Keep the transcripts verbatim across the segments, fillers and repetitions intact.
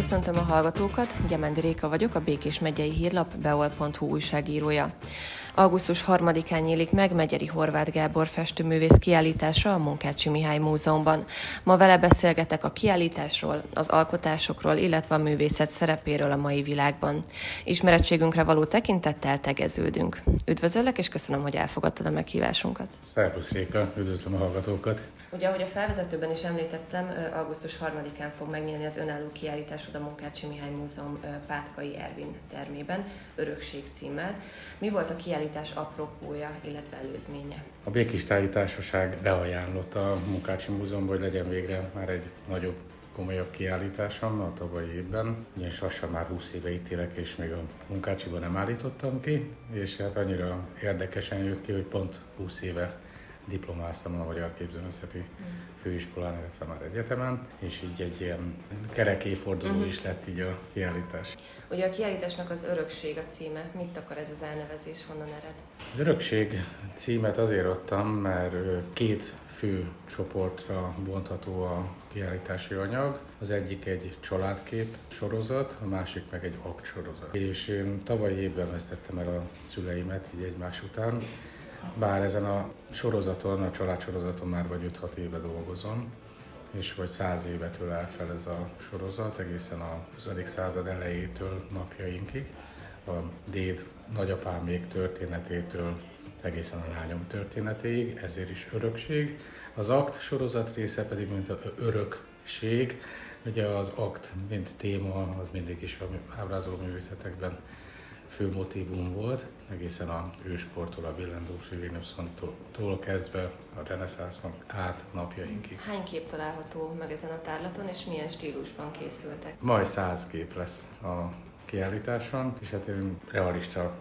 Köszöntöm a hallgatókat, Gyemendi Réka vagyok, a Békés Megyei Hírlap beol pont hu újságírója. augusztus harmadikán nyílik meg Megyeri Horváth Gábor festőművész kiállítása a Munkácsy Mihály Múzeumban. Ma vele beszélgetek a kiállításról, az alkotásokról, illetve a művészet szerepéről a mai világban. Ismerettségünkre való tekintettel tegeződünk. Üdvözöllek, és köszönöm, hogy elfogadtad a meghívásunkat. Szervusz Réka, üdvözlöm a hallgatókat! Ugye, ahogy a felvezetőben is említettem, augusztus harmadikán fog megnyílni az önálló kiállításod a Munkácsy Mihály Múzeum Pátkai Ervin termében, Örökség címmel. Mi volt a kiállítás apropója, illetve előzménye? A Békés Táji Társaság beajánlotta a Munkácsy Múzeumban, hogy legyen végre már egy nagyobb, komolyabb kiállításom a tavalyi évben. Ugyanis lassan már húsz éve itt élek, és még a Munkácsiban nem állítottam ki, és hát annyira érdekesen jött ki, hogy pont húsz éve diplomáztam a Magyar Képzőművészeti Főiskolán, illetve már egyetemen, és így egy ilyen kerek évforduló uh-huh. is lett így a kiállítás. Ugye a kiállításnak az Örökség a címe. Mit akar ez az elnevezés, honnan ered? Az Örökség címet azért adtam, mert két fő csoportra bontható a kiállítási anyag. Az egyik egy családkép sorozat, a másik meg egy akt sorozat. És én tavalyi évben vesztettem el a szüleimet így egymás után. Bár ezen a sorozaton, a családsorozaton már vagy öt-hat éve dolgozom, és vagy száz évet ölel fel ez a sorozat, egészen a huszadik század elejétől napjainkig, a déd nagyapámék történetétől egészen a lányom történetéig, ezért is örökség. Az akt sorozat része pedig mint az örökség, ugye az akt, mint téma, az mindig is a ábrázoló művészetekben fő motívum volt, egészen a őskortól, a Willendorf Vénusztól kezdve a reneszánszon át napjainkig. Hány kép található meg ezen a tárlaton, és milyen stílusban készültek? Majd száz kép lesz a kiállításon, és hát én realista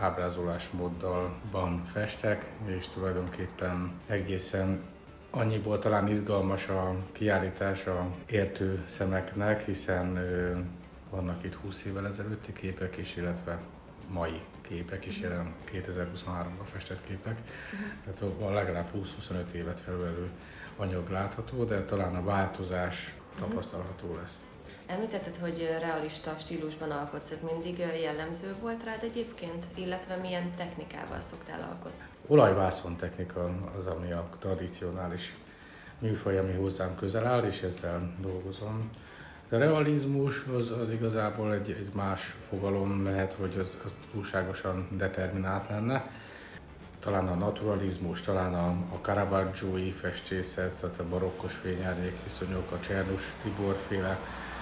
ábrázolásmóddalban festek, és tulajdonképpen egészen annyiból talán izgalmas a kiállítás a értő szemeknek, hiszen ö, vannak itt húsz évvel ezelőtti képek is, illetve mai képek is, jelen kétezer-huszonháromban festett képek. Uh-huh. Tehát a legalább húsz-huszonöt évet felülelő anyag látható, de talán a változás tapasztalható lesz. Említetted, hogy realista stílusban alkotsz, ez mindig jellemző volt rád egyébként, illetve milyen technikával szoktál alkotni? Olajvászon technika az, ami a tradicionális műfaj, ami hozzám közel áll, és ezzel dolgozom. A realizmus az, az igazából egy, egy más fogalom lehet, hogy az, az túlságosan determinált lenne. Talán a naturalizmus, talán a, a Caravaggio-i festészet, tehát a barokkos fényárnyék viszonyok, a Csernus Tibor féle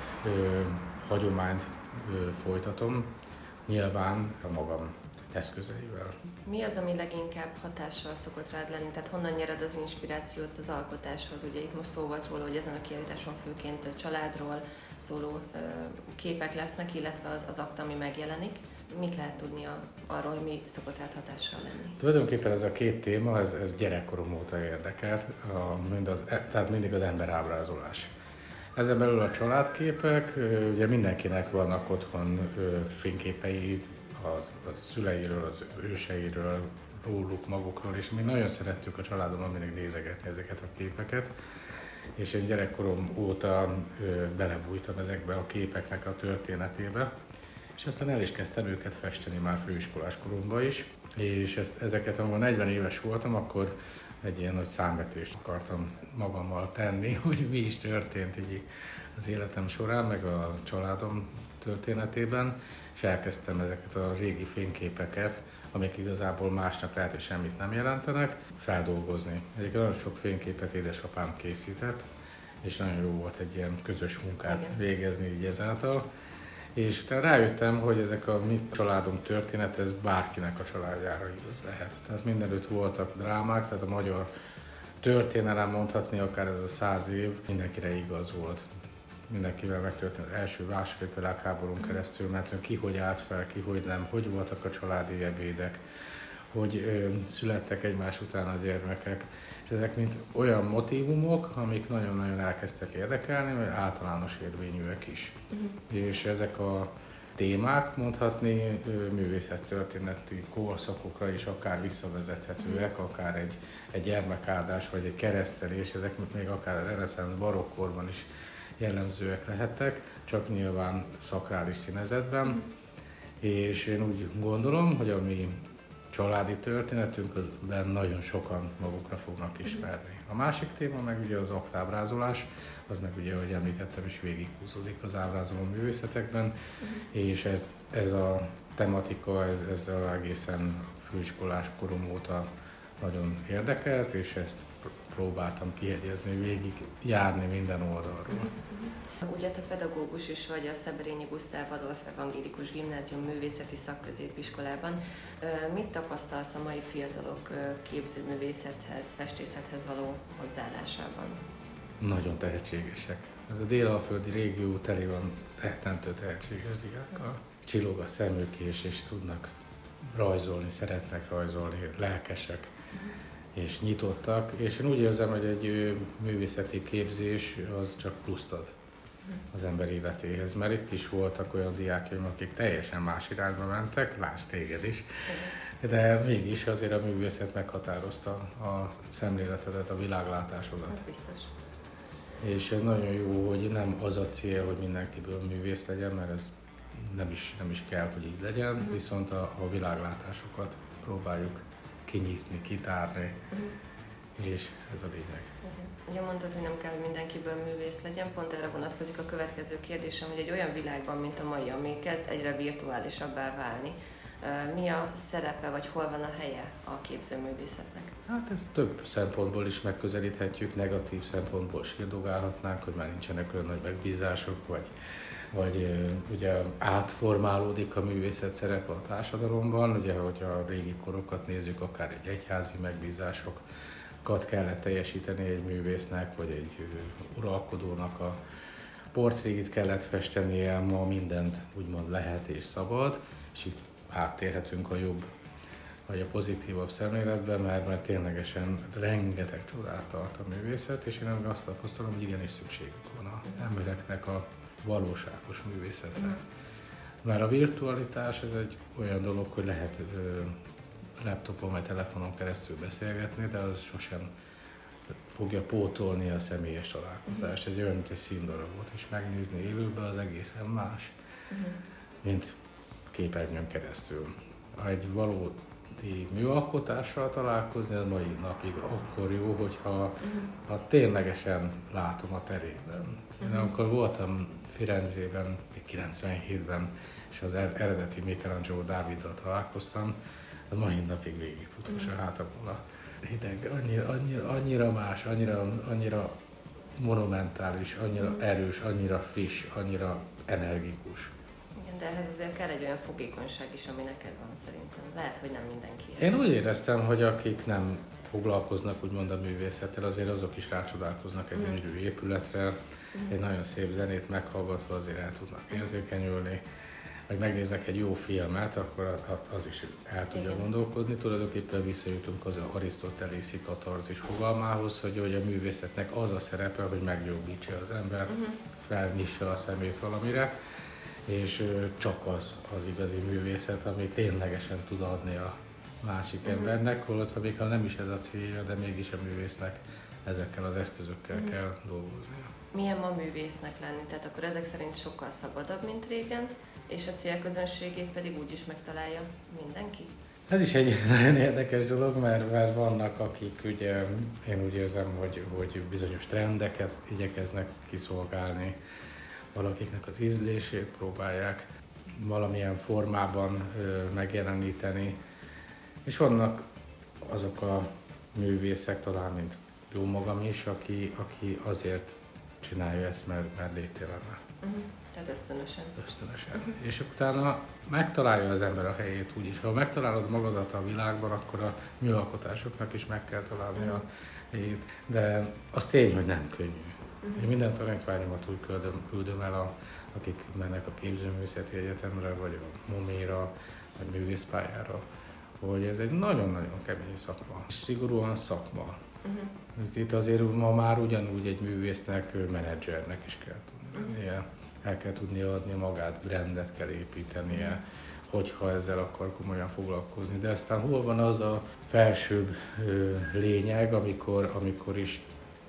ö, hagyományt ö, folytatom, nyilván a magam eszközeivel. Mi az, ami leginkább hatással szokott rád lenni? Tehát honnan nyered az inspirációt az alkotáshoz? Ugye itt most szó volt róla, hogy ezen a kiállításon főként családról szóló ö, képek lesznek, illetve az, az akt, ami megjelenik. Mit lehet tudni a, arról, hogy mi szokott rád hatással lenni? Tulajdonképpen ez a két téma, ez, ez gyerekkorom óta érdekelt, a, mind az, tehát mindig az emberábrázolás. Ezen belül a családképek, ugye mindenkinek vannak otthon fényképei, Az, a szüleiről, az őseiről, róluk, magukról, és mi nagyon szerettük a családomban mindig nézegetni ezeket a képeket, és én gyerekkorom óta ö, belebújtam ezekbe a képeknek a történetébe, és aztán el is kezdtem őket festeni már főiskolás koromban is, és ezt, ezeket, amikor negyven éves voltam, akkor egy ilyen nagy számvetést akartam magammal tenni, hogy mi is történt így az életem során, meg a családom történetében, és elkezdtem ezeket a régi fényképeket, amik igazából másnak lehet, hogy semmit nem jelentenek, feldolgozni. Egyébként nagyon sok fényképet édesapám készített, és nagyon jó volt egy ilyen közös munkát Igen. végezni így ezáltal. És utána rájöttem, hogy ezek a mi családunk történet, ez bárkinek a családjára igaz lehet. Tehát mindenütt voltak drámák, tehát a magyar történelem mondhatni, akár ez a száz év, mindenkire igaz volt. Mindenkivel megtörtént az első, második világháborún keresztül, mert ki hogy állt fel, ki hogy nem, hogy voltak a családi ebédek, hogy ö, születtek egymás után a gyermekek. És ezek mind olyan motívumok, amik nagyon-nagyon elkezdtek érdekelni, vagy általános érvényűek is. Uh-huh. És ezek a témák mondhatni ö, művészettörténeti korszakokra is akár visszavezethetőek, uh-huh. akár egy, egy gyermekáldás, vagy egy keresztelés, ezek még akár a reneszánsz barokkorban is jellemzőek lehettek, csak nyilván szakrális színezetben. És én úgy gondolom, hogy a mi családi történetünkben nagyon sokan magukra fognak ismerni. A másik téma meg ugye az aktábrázolás, az meg ugye, ahogy említettem is, végighúzódik az ábrázoló művészetekben, uh-huh. és ez, ez a tematika, ez, ez egészen főiskolás korom óta nagyon érdekelt, és ezt próbáltam kihegyezni, végig járni minden oldalról. Uh-huh. Ugye te pedagógus is vagy a Szeberényi Gusztáv Adolf Evangélikus Gimnázium Művészeti Szakközépiskolában. Mit tapasztalsz a mai fiatalok képzőművészethez, festészethez való hozzáállásában? Nagyon tehetségesek. Ez a dél-alföldi régió teli van rettentő tehetséges diákkal. Csillog a szemük és, és tudnak rajzolni, szeretnek rajzolni, lelkesek és nyitottak, és én úgy érzem, hogy egy művészeti képzés az csak pluszt ad az ember életéhez, mert itt is voltak olyan diákjaim, akik teljesen más irányba mentek, lásd téged is, de mégis azért a művészet meghatározta a szemléletedet, a világlátásodat. Ez biztos. És ez nagyon jó, hogy nem az a cél, hogy mindenkiből művész legyen, mert ez nem is, nem is kell, hogy így legyen, uh-huh. viszont a, a világlátásokat próbáljuk kinyitni, kitárni, uh-huh. és ez a lényeg. Igen. Ugye mondtad, hogy nem kell, hogy mindenkiből művész legyen, pont erre vonatkozik a következő kérdésem, hogy egy olyan világban, mint a mai, ami kezd egyre virtuálisabbá válni, mi a szerepe, vagy hol van a helye a képzőművészetnek? Hát ezt több szempontból is megközelíthetjük, negatív szempontból sírdogálhatnánk, hogy már nincsenek olyan nagy megbízások, vagy, vagy ugye átformálódik a művészet szerepe a társadalomban. Ugye, hogyha a régi korokat nézzük, akár egy egyházi megbízásokat kellett teljesíteni egy művésznek, vagy egy uralkodónak a portréit kellett festenie, ma mindent úgymond lehet és szabad, és itt áttérhetünk a jobb, vagy a pozitívabb szemléletbe, mert, mert ténylegesen rengeteg csodát tart a művészet, és én azt tapasztalom, hogy igenis szükségük van az embereknek a valóságos művészetre. Mert a virtualitás ez egy olyan dolog, hogy lehet ö, laptopon vagy telefonon keresztül beszélgetni, de az sosem fogja pótolni a személyes találkozást. Ez olyan, mint egy színdarabot, és megnézni élőben az egészen más, mint képernyőn keresztül. Ha egy valódi műalkotással találkozni a mai napig akkor jó, hogyha ha ténylegesen látom a terében. Én amikor voltam Firenzében, kilencvenhétben, és az eredeti Michelangelo Dáviddal találkoztam, a mai napig végigfutós a hátamon a hideg, annyira, annyira, annyira más, annyira, annyira monumentális, annyira erős, annyira friss, annyira energikus. De ehhez azért kell egy olyan fogékonyság is, ami neked van szerintem. Lehet, hogy nem mindenki. Én úgy éreztem, hogy akik nem foglalkoznak úgymond a művészettel, azért azok is rácsodálkoznak egy gyönyörű mm. épületre, mm. egy nagyon szép zenét meghallgatva azért el tudnak érzékenyülni, vagy megnéznek egy jó filmet, akkor az is el tudja Igen. gondolkodni. Tulajdonképpen visszajutunk az arisztotelészi katarzis fogalmához, hogy, hogy a művészetnek az a szerepe, hogy megjobbítsa az embert, uh-huh. felnyissa a szemét valamire, és csak az az igazi művészet, ami ténylegesen tud adni a másik uh-huh. embernek, holott még ha nem is ez a célja, de mégis a művésznek ezekkel az eszközökkel uh-huh. kell dolgoznia. Milyen ma művésznek lenni? Tehát akkor ezek szerint sokkal szabadabb, mint régen, és a célközönségét pedig úgy is megtalálja mindenki? Ez is egy nagyon érdekes dolog, mert, mert vannak, akik ugye, én úgy érzem, hogy, hogy bizonyos trendeket igyekeznek kiszolgálni, valakiknek az ízlését próbálják valamilyen formában ö, megjeleníteni, és vannak azok a művészek, talán mint jó magam is, aki, aki azért csinálja ezt, mert, mert létélene. Uh-huh. Tehát ösztönösen. Ösztönösen. Uh-huh. És utána megtalálja az ember a helyét úgyis. Ha megtalálod magadat a világban, akkor a műalkotásoknak is meg kell találni uh-huh. a helyét. De az tény, hogy nem könnyű. Uh-huh. Én minden tanítványomat úgy küldöm, küldöm el, a, akik mennek a Képzőművészeti Egyetemre, vagy a momira, vagy művészpályára, hogy ez egy nagyon-nagyon kemény szakma. Szigorúan szakma. Uh-huh. Itt azért ma már ugyanúgy egy művésznek, menedzsernek is kell tudni lennie. El kell tudnia adni magát, brandet kell építenie, uh-huh. hogyha ezzel akar komolyan foglalkozni. De aztán hol van az a felsőbb ö, lényeg, amikor, amikor is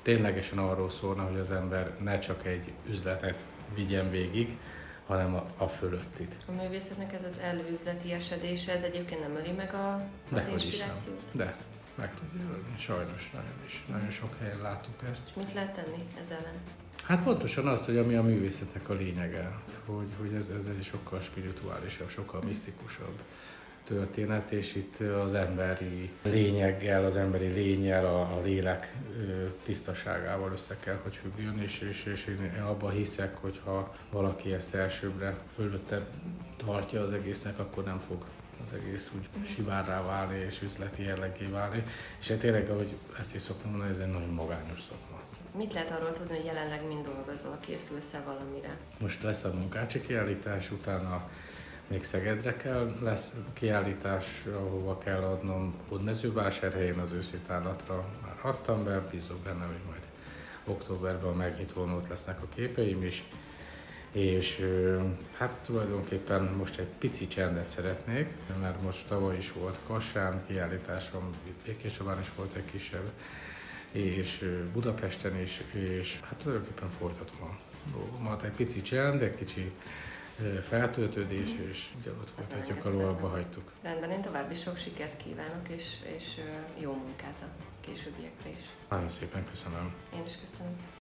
ténylegesen arról szólna, hogy az ember ne csak egy üzletet vigyen végig, hanem a, a fölöttit. A művészetnek ez az előüzleti esedése, ez egyébként nem öli meg a, az Dehogy inspirációt? De, meg tudja ölni, sajnos nagyon is. Nagyon sok helyen láttuk ezt. És mit lehet tenni ez ellen? Hát pontosan az, hogy ami a művészetek a lényege, hogy, hogy ez, ez egy sokkal spirituálisabb, sokkal misztikusabb történet, és itt az emberi lényeggel, az emberi lénnyel, a, a lélek tisztaságával össze kell, hogy függjön, és, és, és én abban hiszek, hogy ha valaki ezt elsőbbre fölötte tartja az egésznek, akkor nem fog az egész úgy sivárrá válni és üzleti jellegé válni. És hát tényleg, ahogy ezt is szoktam mondani, ez egy nagyon magányos szakma. Mit lehet arról tudni, hogy jelenleg mind dolgozol, készülsz-e valamire? Most lesz a Munkácsi kiállítás, utána még Szegedre kell, lesz kiállítás, ahova kell adnom Hódmezővásárhelyen az őszi tárlatra. Már adtam be, bízok benne, hogy majd októberben a megnyitón ott lesznek a képeim is. És hát tulajdonképpen most egy pici csendet szeretnék, mert most tavaly is volt Kassán kiállításom, itt Békéscsabán is volt egy kisebb, és Budapesten is, és hát tulajdonképpen folytatom a dolgomat. Egy pici csend, egy kicsi feltöltődés, és ugye ott folytatjuk, ahol abba hagytuk. Rendben, én további sok sikert kívánok, és, és jó munkát a későbbiekre is. Nagyon szépen köszönöm. Én is köszönöm.